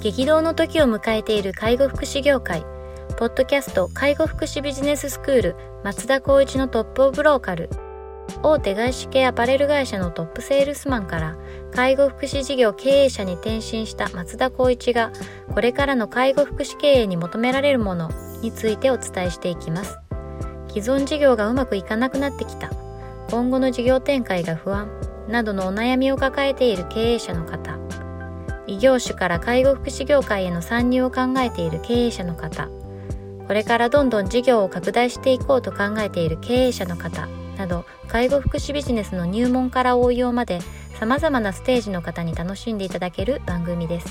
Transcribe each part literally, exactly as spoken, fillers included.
激動の時を迎えている介護福祉業界。ポッドキャスト介護福祉ビジネススクール松田光一のトップオブローカル。大手外資系アパレル会社のトップセールスマンから介護福祉事業経営者に転身した松田光一が、これからの介護福祉経営に求められるものについてお伝えしていきます。既存事業がうまくいかなくなってきた、今後の事業展開が不安などのお悩みを抱えている経営者の方、異業種から介護福祉業界への参入を考えている経営者の方、これからどんどん事業を拡大していこうと考えている経営者の方など、介護福祉ビジネスの入門から応用まで様々なステージの方に楽しんでいただける番組です。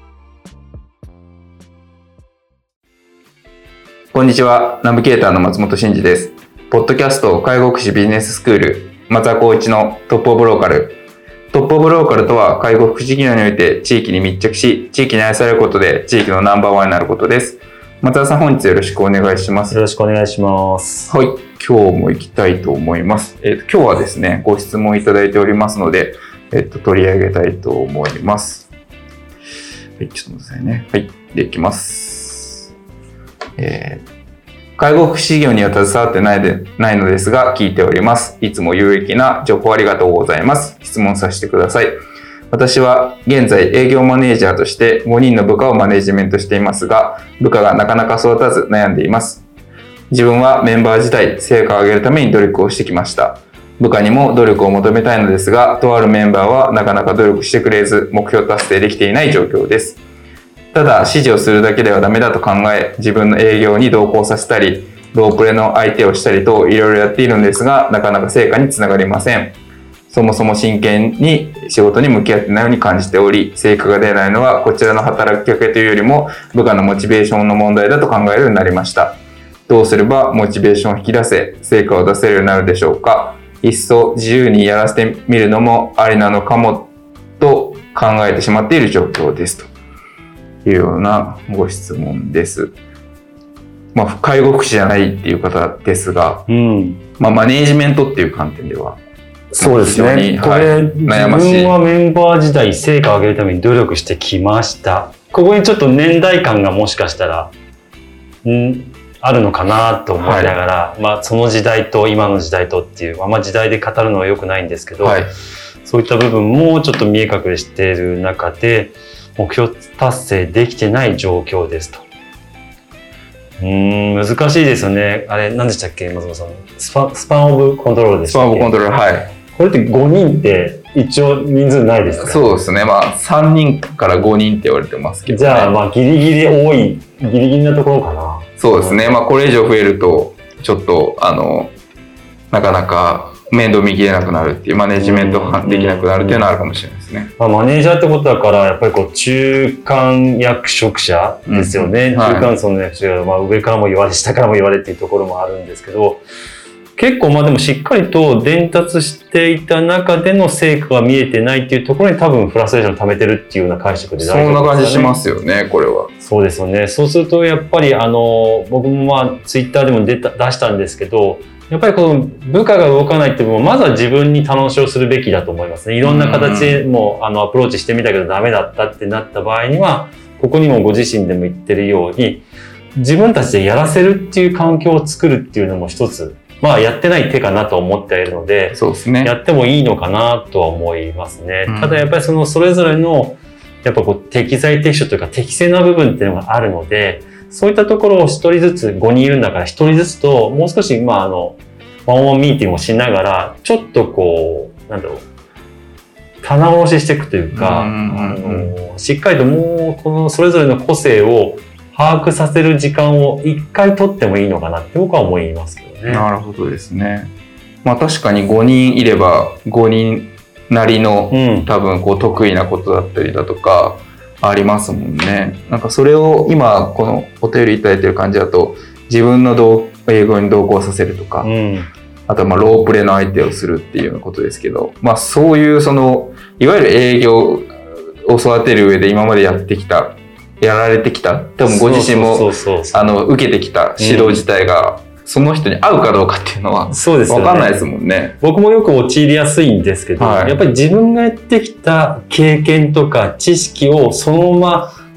こんにちは、ナビゲーターの松本真嗣です。ポッドキャスト介護福祉ビジネススクール松田光一のトップオブローカル。トップオブローカルとは、介護福祉業において地域に密着し、地域に愛されることで地域のナンバーワンになることです。松田さん、本日よろしくお願いします。 よろしくお願いします。 はい、今日も行きたいと思います。えっと、今日はですね、ご質問いただいておりますので、えっと、取り上げたいと思います。はい、ちょっと待ってくださいね。はい、で、いきます。えー介護福祉業には携わってないで、ないのですが、聞いております。いつも有益な情報ありがとうございます。質問させてください。私は現在営業マネージャーとしてごにんの部下をマネジメントしていますが、部下がなかなか育たず悩んでいます。自分はメンバー自体、成果を上げるために努力をしてきました。部下にも努力を求めたいのですが、とあるメンバーはなかなか努力してくれず、目標達成できていない状況です。ただ、指示をするだけではダメだと考え、自分の営業に同行させたり、ロープレの相手をしたりといろいろやっているんですが、なかなか成果につながりません。そもそも真剣に仕事に向き合ってないように感じており、成果が出ないのはこちらの働きかけというよりも部下のモチベーションの問題だと考えるようになりました。どうすればモチベーションを引き出せ、成果を出せるようになるでしょうか。いっそ自由にやらせてみるのもありなのかもと考えてしまっている状況です。というようなご質問です。まあ、介護福祉じゃないっていう方ですが、うん、まあ、マネージメントっていう観点では、 そうですね。これ、はい、悩ましい。自分はメンバー時代、成果を上げるために努力してきました。ここにちょっと年代感がもしかしたら、んあるのかなと思いながら、はい、まあ、その時代と今の時代とっていう、あんま時代で語るのは良くないんですけど、はい、そういった部分もちょっと見え隠れしている中で、目標達成できてない状況ですと。うーん、難しいですよね。あれ、何でしたっけ、松本さん。スパ、スパンオブコントロールでしたっけ。 スパンオブコントロール、はい。 これってごにんって一応人数ないですか。 そうですね。まあ、さんにんからごにんって言われてますけど、ね。 じゃあ、まあ、ギリギリ多い、ギリギリなところかな。 そうですね。まあ、これ以上増えると、ちょっと、あの、なかなか面倒見きれなくなるっていう、マネジメントできなくなるっていうのはあるかもしれないですね。 まあ、マネージャーってことだから、やっぱりこう、中間役職者ですよね。うん、はい、中間層の役職者、まあ、上からも言われ、下からも言われっていうところもあるんですけど、結構まあでもしっかりと伝達していた中での成果が見えてないっていうところに多分フラストレーションを溜めてるっていうような解釈で大丈夫ですかね。 そんな感じしますよね、これは。 そうですよね。そうするとやっぱりあの、僕もまあツイッターでも出た、出したんですけど、やっぱりこの部下が動かないっていうのも、まずは自分に楽しをするべきだと思いますね。いろんな形でもあのアプローチしてみたけどダメだったってなった場合には、ここにもご自身でも言ってるように、自分たちでやらせるっていう環境を作るっていうのも一つ、まあやってない手かなと思っているので、 そうですね。 やってもいいのかなとは思いますね。うん、ただやっぱりそのそれぞれの、やっぱこう適材適所というか適正な部分っていうのがあるので、そういったところを一人ずつ、ごにんいるんだから一人ずつと、もう少しまああの、ワンオンワンミーティングをしながら、ちょっとこう、なんだろう、棚卸ししていくというか、うんうんうん、あのしっかりともうこのそれぞれの個性を把握させる時間を一回取ってもいいのかなって僕は思いますけどね。 なるほどですね。まあ確かにごにんいればごにんなりの、うん、多分こう得意なことだったりだとかありますもんね。なんかそれを今このお便りいただいてる感じだと、自分の営業に同行させるとか、うん、あとはまあロープレの相手をするっていうようなことですけど、まあそういうそのいわゆる営業を育てる上で今までやってきたやられてきた、多分ご自身もあの受けてきた指導自体が、うん、その人に合うかどうかっていうのは分かんないですもんね。 僕もよく陥りやすいんですけど、はい、やっぱり自分がやってきた経験とか知識をそのまま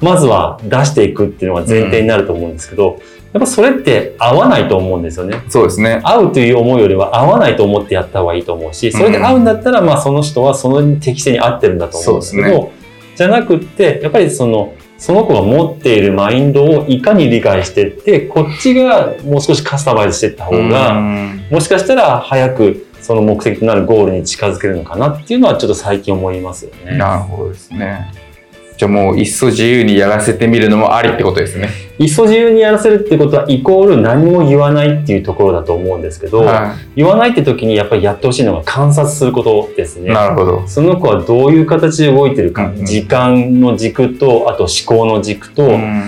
まずは出していくっていうのが前提になると思うんですけど、うん、やっぱそれって合わないと思うんですよね。 そうですね。 合うという思いよりは合わないと思ってやった方がいいと思うし、それで合うんだったら、まあその人はその適性に合ってるんだと思うんですけど、ね、じゃなくって、やっぱりその、その子が持っているマインドをいかに理解していって、こっちがもう少しカスタマイズしていった方が、もしかしたら早くその目的となるゴールに近づけるのかなっていうのはちょっと最近思いますよね。 なるほどですね。じゃあもういっそ自由にやらせてみるのもありってことですね。 いっそ自由にやらせるってことはイコール何も言わないっていうところだと思うんですけど、はい、言わないって時にやっぱりやってほしいのが観察することですね。 なるほど。 その子はどういう形で動いてるか、うんうん、時間の軸とあと思考の軸と、うん、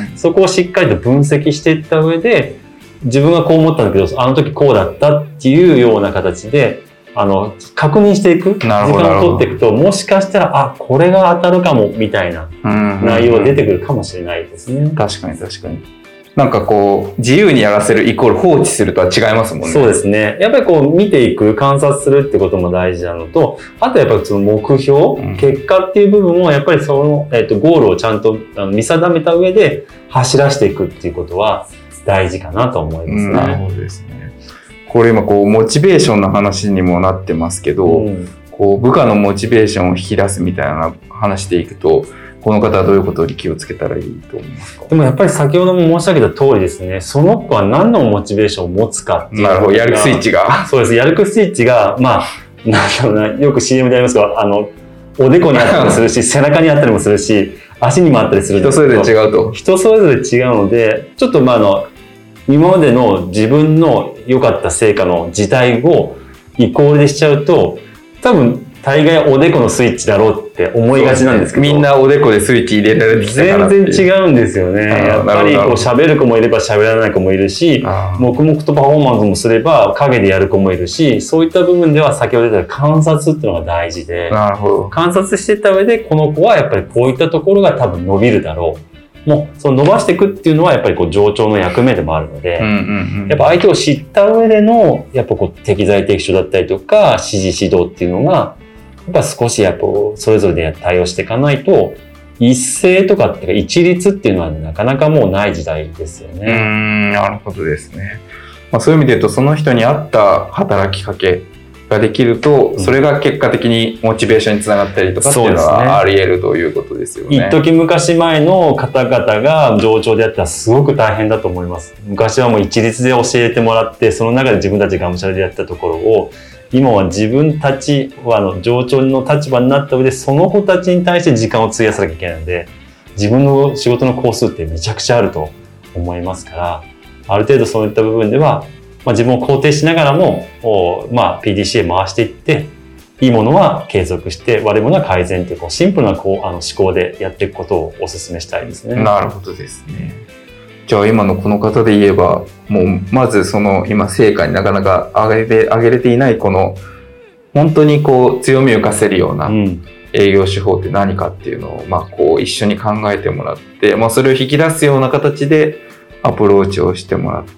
そこをしっかりと分析していった上で、自分がこう思ったんだけどあの時こうだったっていうような形であの確認していく時間を取っていくと、もしかしたらあこれが当たるかもみたいな内容が出てくるかもしれないですね。 確かに確かに。なんかこう自由にやらせるイコール放置するとは違いますもんね。 そうですね。やっぱりこう見ていく、観察するってことも大事なのと、あとやっぱりその目標、うん、結果っていう部分もやっぱりその、えっと、ゴールをちゃんと見定めた上で走らせていくっていうことは大事かなと思いますね。 なるほどですね。これ今こうモチベーションの話にもなってますけど、うん、こう部下のモチベーションを引き出すみたいな話でいくと、この方はどういうことに気をつけたらいいと思いますか？ でもやっぱり先ほども申し上げた通りですね、その子は何のモチベーションを持つかっていうのが、 なるほど、やるスイッチが。 そうです、やるスイッチが、まあ、なんだろうな、よく シーエム でありますが、あの、おでこにあったりもするし、背中にあったりもするし、足にもあったりするんですけど、 人それぞれ違うと。 人それぞれ違うので、ちょっとまああの、今までの自分の良かった成果の自体をイコールでしちゃうと、多分大概おでこのスイッチだろうって思いがちなんですけど、 ね、みんなおでこでスイッチ入れられてきたから全然違うんですよね。やっぱりこう喋る子もいれば喋らない子もいるし、黙々とパフォーマンスもすれば陰でやる子もいるし、そういった部分では先ほど言った観察っていうのが大事で、 なるほど。 観察していった上でこの子はやっぱりこういったところが多分伸びるだろう。もうその伸ばしていくっていうのはやっぱりこう上長の役目でもあるので、うんうんうん、やっぱ相手を知った上でのやっぱこう適材適所だったりとか指示指導っていうのがやっぱ少しやっぱそれぞれで対応していかないと一斉とかっていうか一律っていうのはなかなかもうない時代ですよね。 うーん、なるほどですね。まあ、そういう意味で言うとその人に合った働きかけができると、それが結果的にモチベーションにつながったりとかっていうのはあり得るということですよね。 一時昔前の方々が上長でやったらすごく大変だと思います。昔はもう一律で教えてもらって、その中で自分たちがむしゃらでやったところを、今は自分たちはあの上長の立場になった上で、その子たちに対して時間を費やさなきゃいけないので、自分の仕事の工数ってめちゃくちゃあると思いますから、ある程度そういった部分では、まあ、自分を肯定しながらも、まあ、ピーディーシーエー 回していって、いいものは継続して、悪いものは改善という、こうシンプルなこうあの思考でやっていくことをお勧めしたいですね。 なるほどですね。じゃあ今のこの方で言えば、もうまずその今成果になかなか上げて、上げれていないこの、本当にこう強みを生かせるような営業手法って何かっていうのを、まあこう一緒に考えてもらって、まあそれを引き出すような形でアプローチをしてもらって、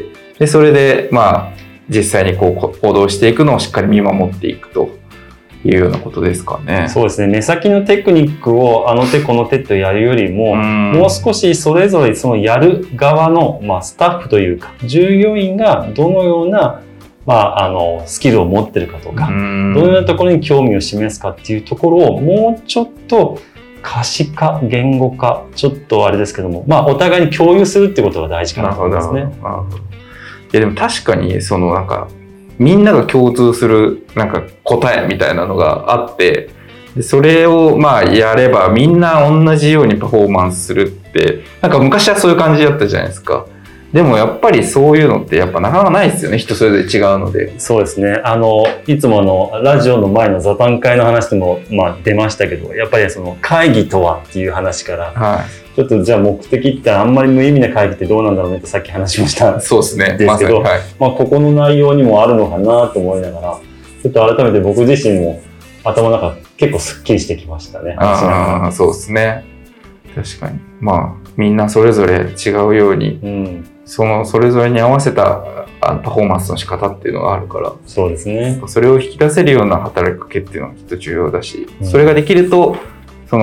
で、それで、まあ、実際にこう行動していくのをしっかり見守っていくというようなことですかね。 そうですね。目先のテクニックをあの手この手とやるよりも、もう少しそれぞれそのやる側の、まあ、スタッフというか、従業員がどのような、まあ、あの、スキルを持ってるかとか、どのようなところに興味を示すかっていうところを、もうちょっと可視化、言語化、ちょっとあれですけども、まあ、お互いに共有するってことが大事かなと思いますね。なるほど。なるほど。 いやでも確かにそのなんかみんなが共通するなんか答えみたいなのがあって、でそれをまあやればみんな同じようにパフォーマンスするってなんか昔はそういう感じだったじゃないですか。でもやっぱりそういうのってやっぱなかなかないですよね。人それぞれ違うので。 そうですね。あのいつものラジオの前の座談会の話でもまあ出ましたけど、やっぱりその会議とはっていう話から。はい、ちょっとじゃあ目的ってあんまり無意味な会議ってどうなんだろうねってさっき話しましたそうですね。 ですけど、まあ、はい、まあここの内容にもあるのかなと思いながら、ちょっと改めて僕自身も頭の中結構スッキリしてきましたね。 ああ、そうですね。確かに。まあみんなそれぞれ違うように、うん、そのそれぞれに合わせたパフォーマンスの仕方っていうのがあるから、 そうですね。 それを引き出せるような働きかけっていうのはきっと重要だし、うん、それができるとその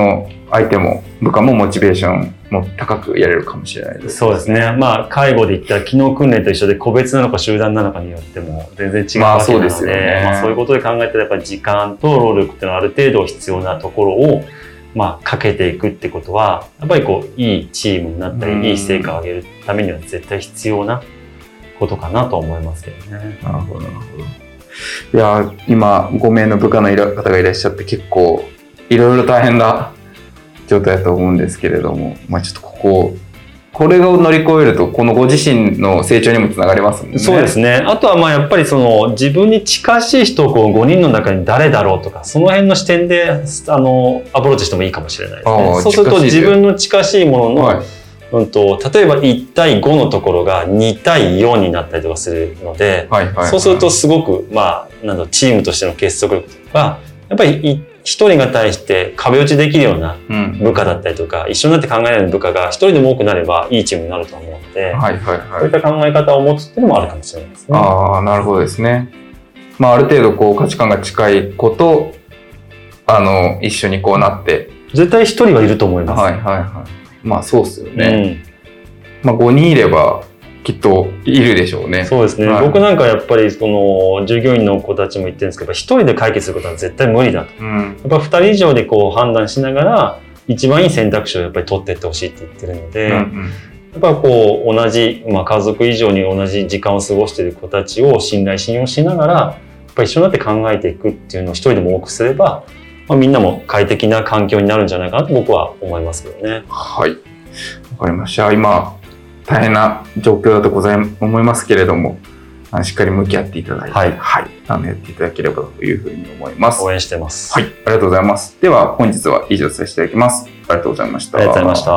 相手も部下もモチベーションも高くやれるかもしれないです。 そうですね。まあ介護で言ったら機能訓練と一緒で個別なのか集団なのかによっても全然違うわけなので、まあそうですよね。まあそういうことで考えたらやっぱり時間と労力っていうのはある程度必要なところをまあかけていくってことはやっぱりこういいチームになったりいい成果を上げるためには絶対必要なことかなと思いますけどね。 なるほどなるほど。いや今ご名の部下の方がいらっしゃって結構いろいろ大変な状態だと思うんですけれども、まあ、ちょっとこここれを乗り越えるとこのご自身の成長にもつながりますもんね。 そうですね。あとはまあやっぱりその自分に近しい人をこうごにんの中に誰だろうとかその辺の視点であのアプローチしてもいいかもしれないですね。そうすると自分の近しいものの、はいうんと、例えばいち対ごのところがに対よんになったりとかするので、はいはいはい、そうするとすごく、まあ、なんだろう、チームとしての結束力とか、やっぱり一人が対して壁打ちできるような部下だったりとか、うん、一緒になって考えられる部下が一人でも多くなればいいチームになると思うので、はいはいはい、そういった考え方を持つっていうのもあるかもしれないですね。 ああ、なるほどですね。まあ、ある程度こう価値観が近い子と、あの、一緒にこうなって。 絶対一人はいると思います。 はいはいはい。まあそうですよね。うん、まあごにんいればきっといるでしょうね。 そうですね。はい、僕なんかやっぱりその従業員の子たちも言ってるんですけど、一人で解決することは絶対無理だと。うん、やっぱ二人以上でこう判断しながら一番いい選択肢をやっぱり取っていってほしいって言ってるので、うんうん、やっぱこう同じ、まあ、家族以上に同じ時間を過ごしている子たちを信頼信用しながら、やっぱり一緒になって考えていくっていうのを一人でも多くすれば。まあ、みんなも快適な環境になるんじゃないかなと僕は思いますけどね。 はい。わかりました。今、大変な状況だとござい思いますけれども、しっかり向き合っていただいて、はい。はい、あのやっていただければというふうに思います。 応援してます。 はい。ありがとうございます。では、本日は以上させていただきます。ありがとうございました。 ありがとうございました。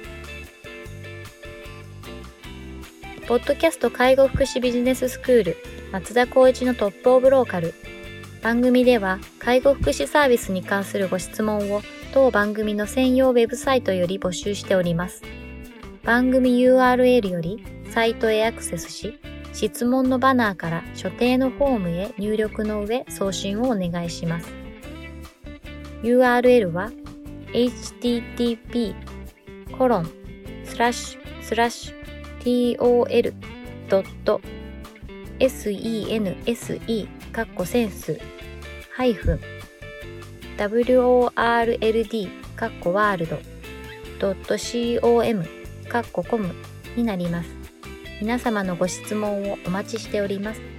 ポッドキャスト介護福祉ビジネススクール松田光一のトップオブローカル。番組では介護福祉サービスに関するご質問を当番組の専用ウェブサイトより募集しております。番組 ユーアールエル よりサイトへアクセスし、質問のバナーから所定のフォームへ入力の上送信をお願いします。ユーアールエル は エイチティーティーピーコロンスラッシュスラッシュ トル ドット センスかっこセンスハイフン world かっこワールドドット com かっこコムになります。皆様のご質問をお待ちしております。